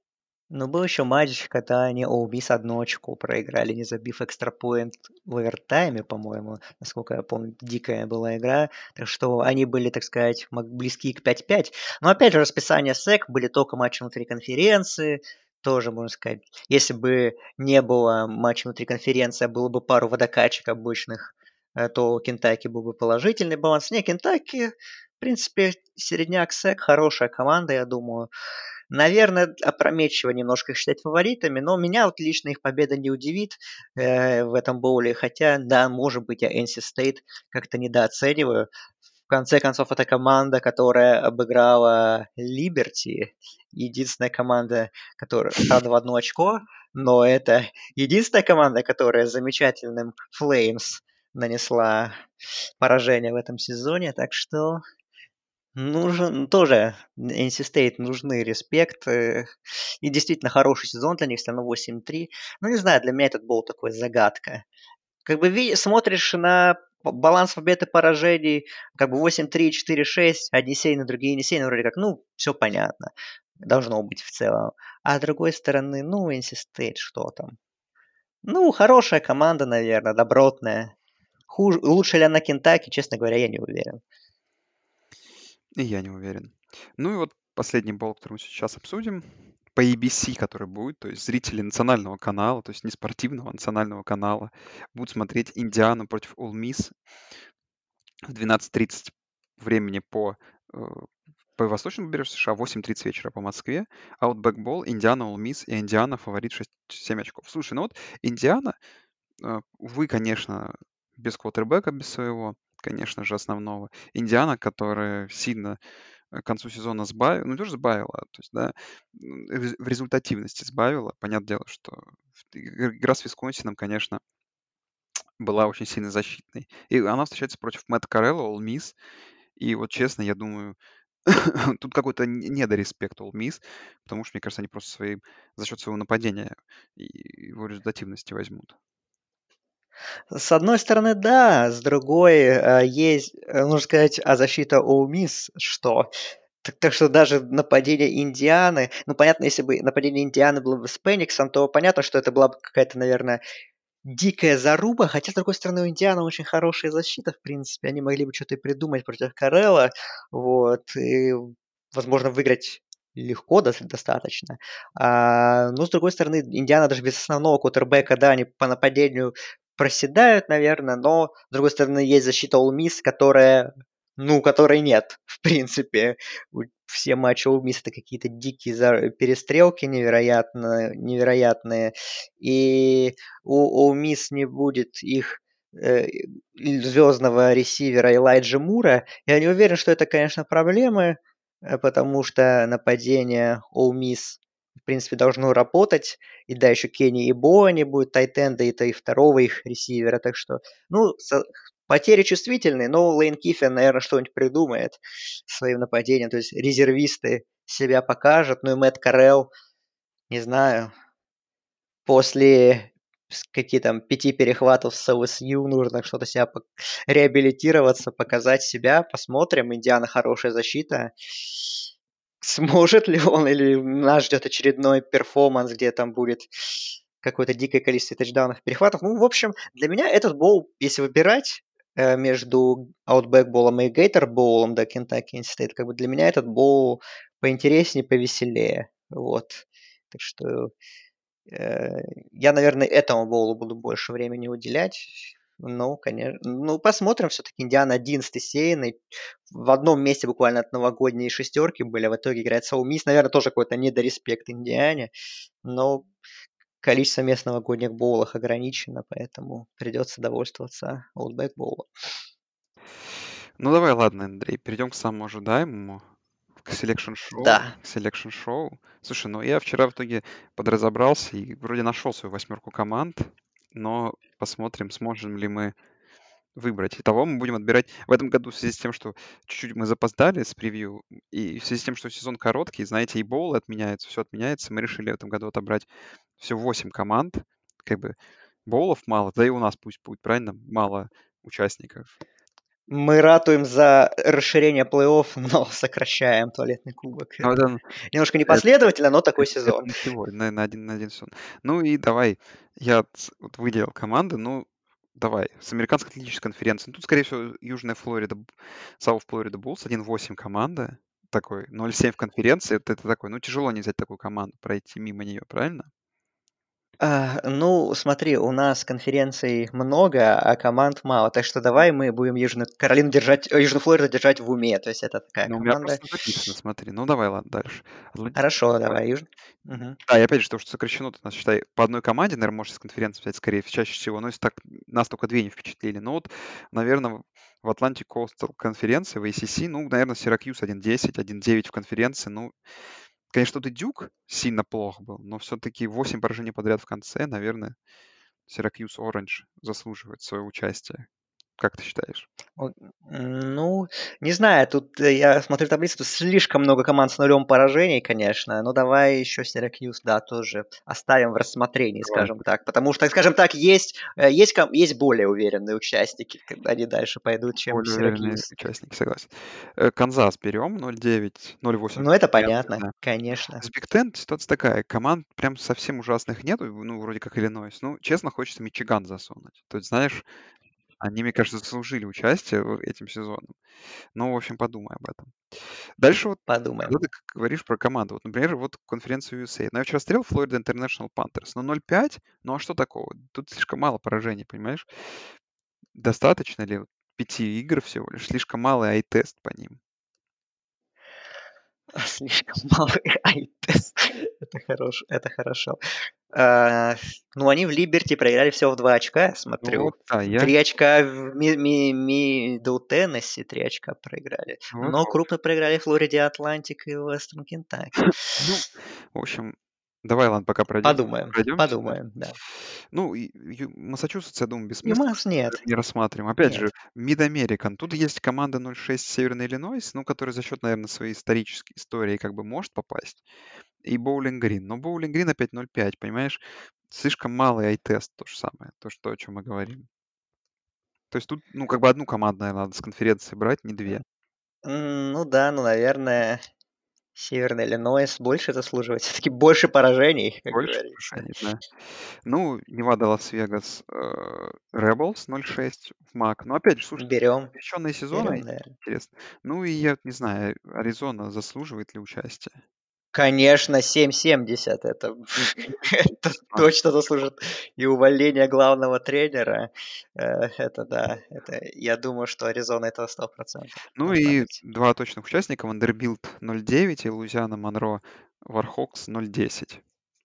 Ну, был еще матч, когда они Ole Miss 1 очко проиграли, не забив экстрапоинт в овертайме, по-моему. Насколько я помню, дикая была игра. Так что они были, так сказать, близки к 5-5. Но опять же, расписание СЭК были только матчи внутри конференции. Тоже, можно сказать, если бы не было матча внутри конференции, а было бы пару водокачек обычных, то у Кентаки был бы положительный баланс. Не, Кентаки, в принципе, середняк СЭК, хорошая команда, я думаю. Наверное, опрометчиво немножко их считать фаворитами, но меня вот лично их победа не удивит в этом боуле. Хотя, да, может быть, я NC State как-то недооцениваю. В конце концов, это команда, которая обыграла Liberty. Единственная команда, которая, правда, в 1 очко, но это единственная команда, которая замечательным Flames нанесла поражение в этом сезоне. Так что нужен тоже NC State нужны респект. И действительно хороший сезон для них, все равно 8-3. Ну, не знаю, для меня этот был такой загадка. Как бы смотришь на баланс побед и поражений, как бы 8-3, 4-6, одни сейны, другие не сейны, вроде как, ну, все понятно. Должно быть в целом. А с другой стороны, ну, NC State, что там? Ну, хорошая команда, наверное, добротная. Лучше ли она Кентаки, честно говоря, я не уверен. И я не уверен. Ну и вот последний болл, который мы сейчас обсудим, по ABC, который будет, то есть зрители национального канала, то есть не спортивного, а национального канала, будут смотреть Индиану против Ole Miss в 12:30 времени э, по восточному побережью США, 8:30 вечера по Москве. Outback Bowl, Индиана, Ole Miss, и Индиана фаворит 7 очков. Слушай, ну вот Индиана, увы, конечно, без квотербека, без своего, конечно же, основного. Индиана, которая сильно к концу сезона сбавила, ну, не то, что сбавила, то есть, да, в результативности сбавила. Понятное дело, что игра с Висконсином, конечно, была очень сильно защитной. И она встречается против Мэтта Карелла, Ole Miss. И вот честно, я думаю, тут какой-то недореспект Ole Miss, потому что, мне кажется, они просто за счет своего нападения и его результативности возьмут. С одной стороны, да, с другой, есть, нужно сказать, защита Ole Miss, что так что даже нападение Индианы, ну, понятно, если бы нападение Индианы было бы с Пениксом, то понятно, что это была бы какая-то, наверное, дикая заруба, хотя, с другой стороны, у Индианы очень хорошая защита, в принципе. Они могли бы что-то и придумать против Карелла, вот, и, возможно, выиграть легко достаточно. Но, с другой стороны, Индиана даже без основного квотербека, да, они по нападению проседают, наверное, но, с другой стороны, есть защита Ole Miss, которая, ну, которой нет, в принципе. Все матчи Ole Miss — это какие-то дикие перестрелки невероятные. И у Ole Miss не будет их звездного ресивера Элайджа Мура. Я не уверен, что это, конечно, проблемы, потому что нападение Ole Miss, в принципе, должно работать. И да, еще Кенни и Боани будут тайтенда, это и второго их ресивера. Так что, ну, потери чувствительные, но Лейн Киффин, наверное, что-нибудь придумает своим нападением. То есть резервисты себя покажут. Ну и Мэтт Карелл, не знаю, после какие там 5 перехватов с ЛСЮ нужно что-то себя реабилитироваться, показать себя. Посмотрим. Индиана хорошая защита. Сможет ли он, или нас ждет очередной перформанс, где там будет какое-то дикое количество тачдаунов и перехватов. Ну, в общем, для меня этот боул, если выбирать между Outback боулом и Gator боулом, да, Kentucky State, как бы для меня этот боул поинтереснее, повеселее. Вот. Так что Э, я, наверное, этому боулу буду больше времени уделять. Ну, конечно. Ну, посмотрим. Все-таки Индиана 11 сеянный. В одном месте буквально от новогодней шестерки были, а в итоге играет Соу Мисс. Наверное, тоже какой-то недореспект Индиане. Но количество мест в новогодних боулах ограничено, поэтому придется довольствоваться Outback боулом. Ну давай, ладно, Андрей, перейдем к самому ожидаемому, к Selection Show. Да. Selection Show. Слушай, ну я вчера в итоге подразобрался и вроде нашел свою восьмерку команд, но посмотрим, сможем ли мы выбрать. Итого мы будем отбирать в этом году в связи с тем, что чуть-чуть мы запоздали с превью, и в связи с тем, что сезон короткий, знаете, и боулы отменяются, все отменяется, мы решили в этом году отобрать все 8 команд, как бы боулов мало, да и у нас пусть будет, правильно, мало участников. Мы ратуем за расширение плей-офф, но сокращаем туалетный кубок. Ну, Это это, немножко это, непоследовательно, но такой это сезон. на сегодня, на один сезон. Ну и давай, я вот выделил команды, ну давай, с Американской атлетической конференции. Ну, тут, скорее всего, Южная Флорида, South Florida Bulls, 1-8 команда, такой, 0-7 в конференции, вот это такой, ну, тяжело не взять такую команду, пройти мимо нее, правильно? Ну, смотри, у нас конференций много, а команд мало. Так что давай мы будем Южную Каролину держать, Южную Флориду держать в уме. То есть это такая Ну, у меня команда. просто записано, смотри. Ну, давай, ладно, дальше. Хорошо, давай, Южная. Мгм. Да, и опять же, то, что сокращено, тут нас, считай, по одной команде, наверное, можешь с конференции взять скорее, чаще всего, но если так, нас только две не впечатлили. Ну вот, наверное, в Atlantic Coastal конференции, в ACC, ну, наверное, Сиракьюз 1-10, 1-9 в конференции. Ну, конечно, тут и Дюк сильно плох был, но все-таки 8 поражений подряд в конце, наверное, Сиракьюз Оранж заслуживает своего участия. Как ты считаешь? О, Ну, не знаю, тут я смотрю таблицу, тут слишком много команд с нулем поражений, конечно. Но давай еще Сиракьюз, да, тоже оставим в рассмотрении, Давай. скажем так. Потому что, скажем так, есть более уверенные участники, когда они дальше пойдут, чем Более уверенные Сиракьюз. участники, согласен. Канзас берем 0-9, 0-8 в Ну, это конференции, понятно, да. конечно. С Биг Ten ситуация такая. Команд прям совсем ужасных нету, ну, вроде как Иллинойс. Ну, честно, хочется Мичиган засунуть. То есть, знаешь, они, мне кажется, заслужили участие этим сезоном. Ну, в общем, подумай об этом. Дальше вот, Подумаем. когда ты говоришь про команду, вот, например, вот конференцию USA. Ну, я вчера смотрел Florida International Panthers, ну, 0-5, ну, а что такого? Тут слишком мало поражений, понимаешь? Достаточно ли вот 5 игр всего лишь? Слишком малый ай-тест по ним. Слишком малый ай-тест. Это хорошо, это хорошо. А, ну, они в Либерти проиграли всего в 2 очка, я Ну смотрю. вот, да, я... 3 очка в Мидл Теннесси, 3 очка проиграли. Вот, Но крупно проиграли Флориде Атлантик и Вестерн Кентаки. ну, в общем, давай, ладно, пока Подумаем, пройдемся, да. подумаем, да. Ну, и Массачусетс, я думаю, И у бессмысленно, нас нет, не рассматриваем. Опять же, нет. Мид-Американ. Тут есть команда 0-6 Северный Иллинойс, ну, которая за счет, наверное, своей исторической истории как бы может попасть. И Боулинг Грин. Но Боулинг Грин опять 0-5, понимаешь? слишком малый ай-тест, то же самое, то, о чем мы говорим. То есть тут, ну, как бы одну команду, наверное, надо с конференции брать, не две. Ну да, ну, наверное, Северный Иллинойс больше заслуживает. Все-таки больше поражений, как Больше говорится. решений, да. Ну, Невада, Лас-Вегас, Rebels 0-6 в МАК. Но опять же, слушай, Берем. посвященные сезоны, Берем, наверное. интересно. Ну и я не знаю, Аризона заслуживает ли участия? Конечно, 7,70 это, это А, точно заслужит и увольнение главного тренера. Это да, это я думаю, что Аризона этого 100% Ну должна и быть. два точных участника, Вандербилт 0-9 и Луизиана Монро Вархокс 0-10.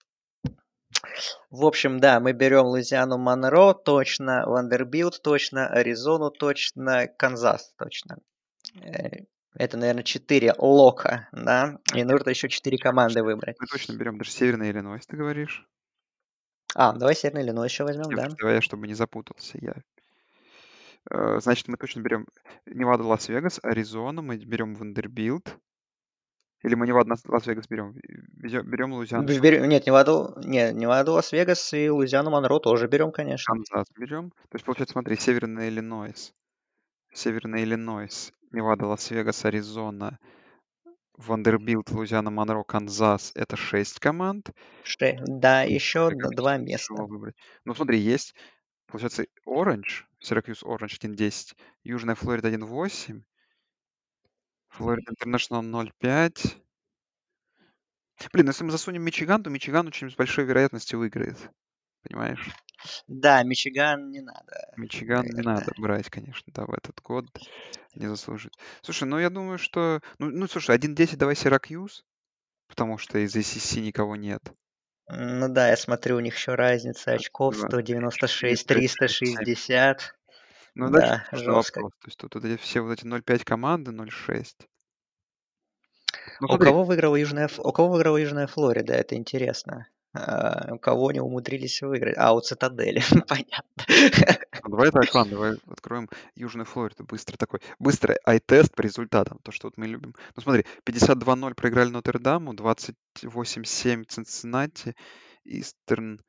В общем, да, мы берем Луизиану Монро точно, Вандербилт точно, Аризону точно, Канзас точно. Э, Это, наверное, 4 лока, да? А И нет, нужно еще 4 мы команды точно, выбрать. мы точно берем даже Северный Иллинойс, ты говоришь? Давай Северный Иллинойс еще возьмем, Нет, да? давай я, чтобы не запутался, значит, мы точно берем Неваду, Лас-Вегас, Аризону, мы берем Вандербилт. Или мы Неваду, Лас-Вегас берем? Берем Луизиану, Нет, Неваду, Лас-Вегас и Луизиану Монро тоже берем, конечно. Канзас берем. То есть, получается, смотри, Северный Иллинойс, Невада, Лас-Вегас, Аризона, Вандербилт, Луизиана Монро, Канзас — это 6 команд. Да, еще Уже как 2 тяжело места. выбрать. Ну, смотри, есть, получается, Оранж, Сyracuse Оранж 1.10, Южная Флорида 1.8, Флорида Интернешнл 0.5. Блин, ну если мы засунем Мичиган, то Мичиган очень с большой вероятностью выиграет. Понимаешь? Да, Мичиган не надо, Мичиган не надо наверное. брать, конечно, да, в этот год не заслужит. Слушай, ну я думаю, что... Ну слушай, 1.10 давай Сиракьюз, потому что из ACC никого нет. Ну да, я смотрю, у них еще разница очков 24, 196, 5, 6, 7. 360. Ну, дальше Да, сложный жестко. вопрос. То есть тут вот эти все вот эти 0.5 команды, 0.6. Ну У смотри, кого выиграла Южная Флорида? Это интересно. У кого они умудрились выиграть? У Цитадели, понятно. ну давай так, ладно, давай откроем Южную Флориду. Быстрый ай-тест по результатам. То, что вот мы любим. Ну смотри, 52-0 проиграли Нотр-Даму, 28-7 Цинциннати, Истерн,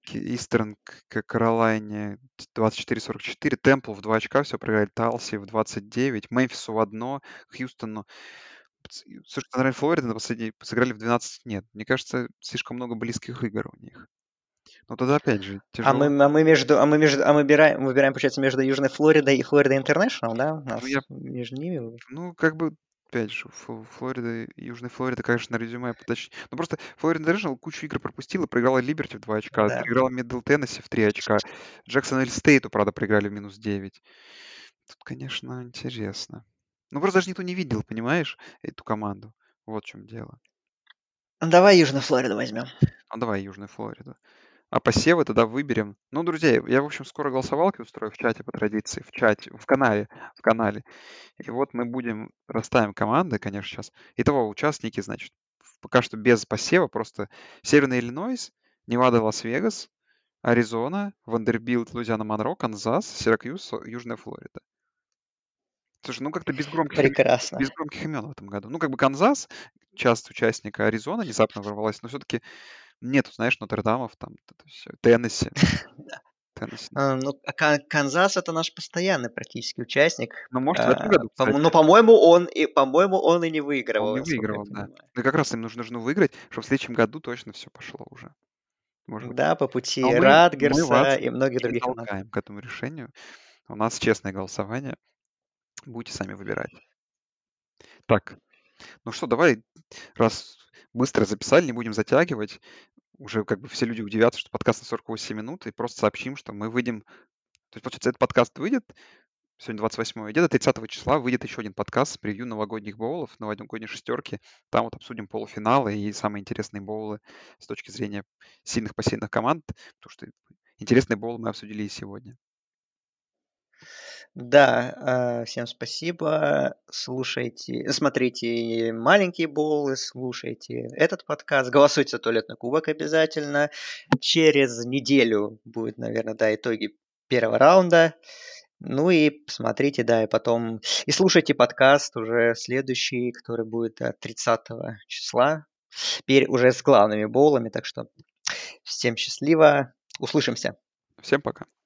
Каролайне 24-44, Темпл в 2 очка все проиграли, Талси в 29, Мемфису в 1, Хьюстону. Слушай, наверное, Флорида на последней сыграли в 12. Нет, мне кажется, слишком много близких игр у них. Но тогда опять же тяжело. Выбираем, получается, между Южной Флоридой и Флорида Интернешнл, да? У Ну, я нас между ними. Ну, как бы, опять же, Флорида, Южная Флорида, конечно, на резюме поточнее. Ну, просто Флорида International кучу игр пропустила, проиграла Либерти в 2 очка, Да. проиграла Мидл Теннесси в 3 очка. Джексонвилл Стейту, правда, проиграли в -9. Тут, конечно, интересно. Ну, просто даже никто не видел, понимаешь, эту команду. Вот в чем дело. Давай Южную Флориду возьмем. Ну, давай Южную Флориду. А посевы тогда выберем. Ну, друзья, я, в общем, скоро голосовалки устрою в чате по традиции, в канале. И вот мы будем, расставим команды, конечно, сейчас. Итого участники, значит, пока что без посева, просто Северный Иллинойс, Невада, Лас-Вегас, Аризона, Вандербилт, Луизиана Монро, Канзас, Сиракьюз, Южная Флорида. Слушай, ну как-то Прекрасно. без громких имен в этом году. Ну, как бы Канзас, часть участника, Аризона внезапно ворвалась, но все-таки нету, знаешь, Нотр-Дамов, там, это всё. Теннесси. Канзас это наш постоянный практически участник. Ну, может, в этом году, Но, кстати, по-моему, он и не он выигрывал, не насколько я выигрывал, да. понимаю. Ну, и как раз им нужно выиграть, чтобы в следующем году точно все пошло уже. Может быть. Да, по Но пути мы Радгерса вас и многих не других команд. толкаем к этому решению. У нас честное голосование. Будете сами выбирать. Так, ну что, давай, раз быстро записали, не будем затягивать. Уже как бы все люди удивятся, что подкаст на 48 минут, и просто сообщим, что мы выйдем. То есть, получается, этот подкаст выйдет, сегодня 28 где-то 30 числа выйдет еще один подкаст с превью новогодних боулов, новогодней шестерки. Там вот обсудим полуфиналы и самые интересные боулы с точки зрения сильных посильных команд, потому что интересные боулы мы обсудили и сегодня. Да, всем спасибо. Смотрите маленькие боулы, слушайте этот подкаст, голосуйте за туалетный кубок обязательно. Через неделю будет, наверное, да, итоги первого раунда. Ну и смотрите, да, и потом и слушайте подкаст уже следующий, который будет 30 числа, теперь уже с главными боулами, так что Всем счастливо. Услышимся. Всем пока.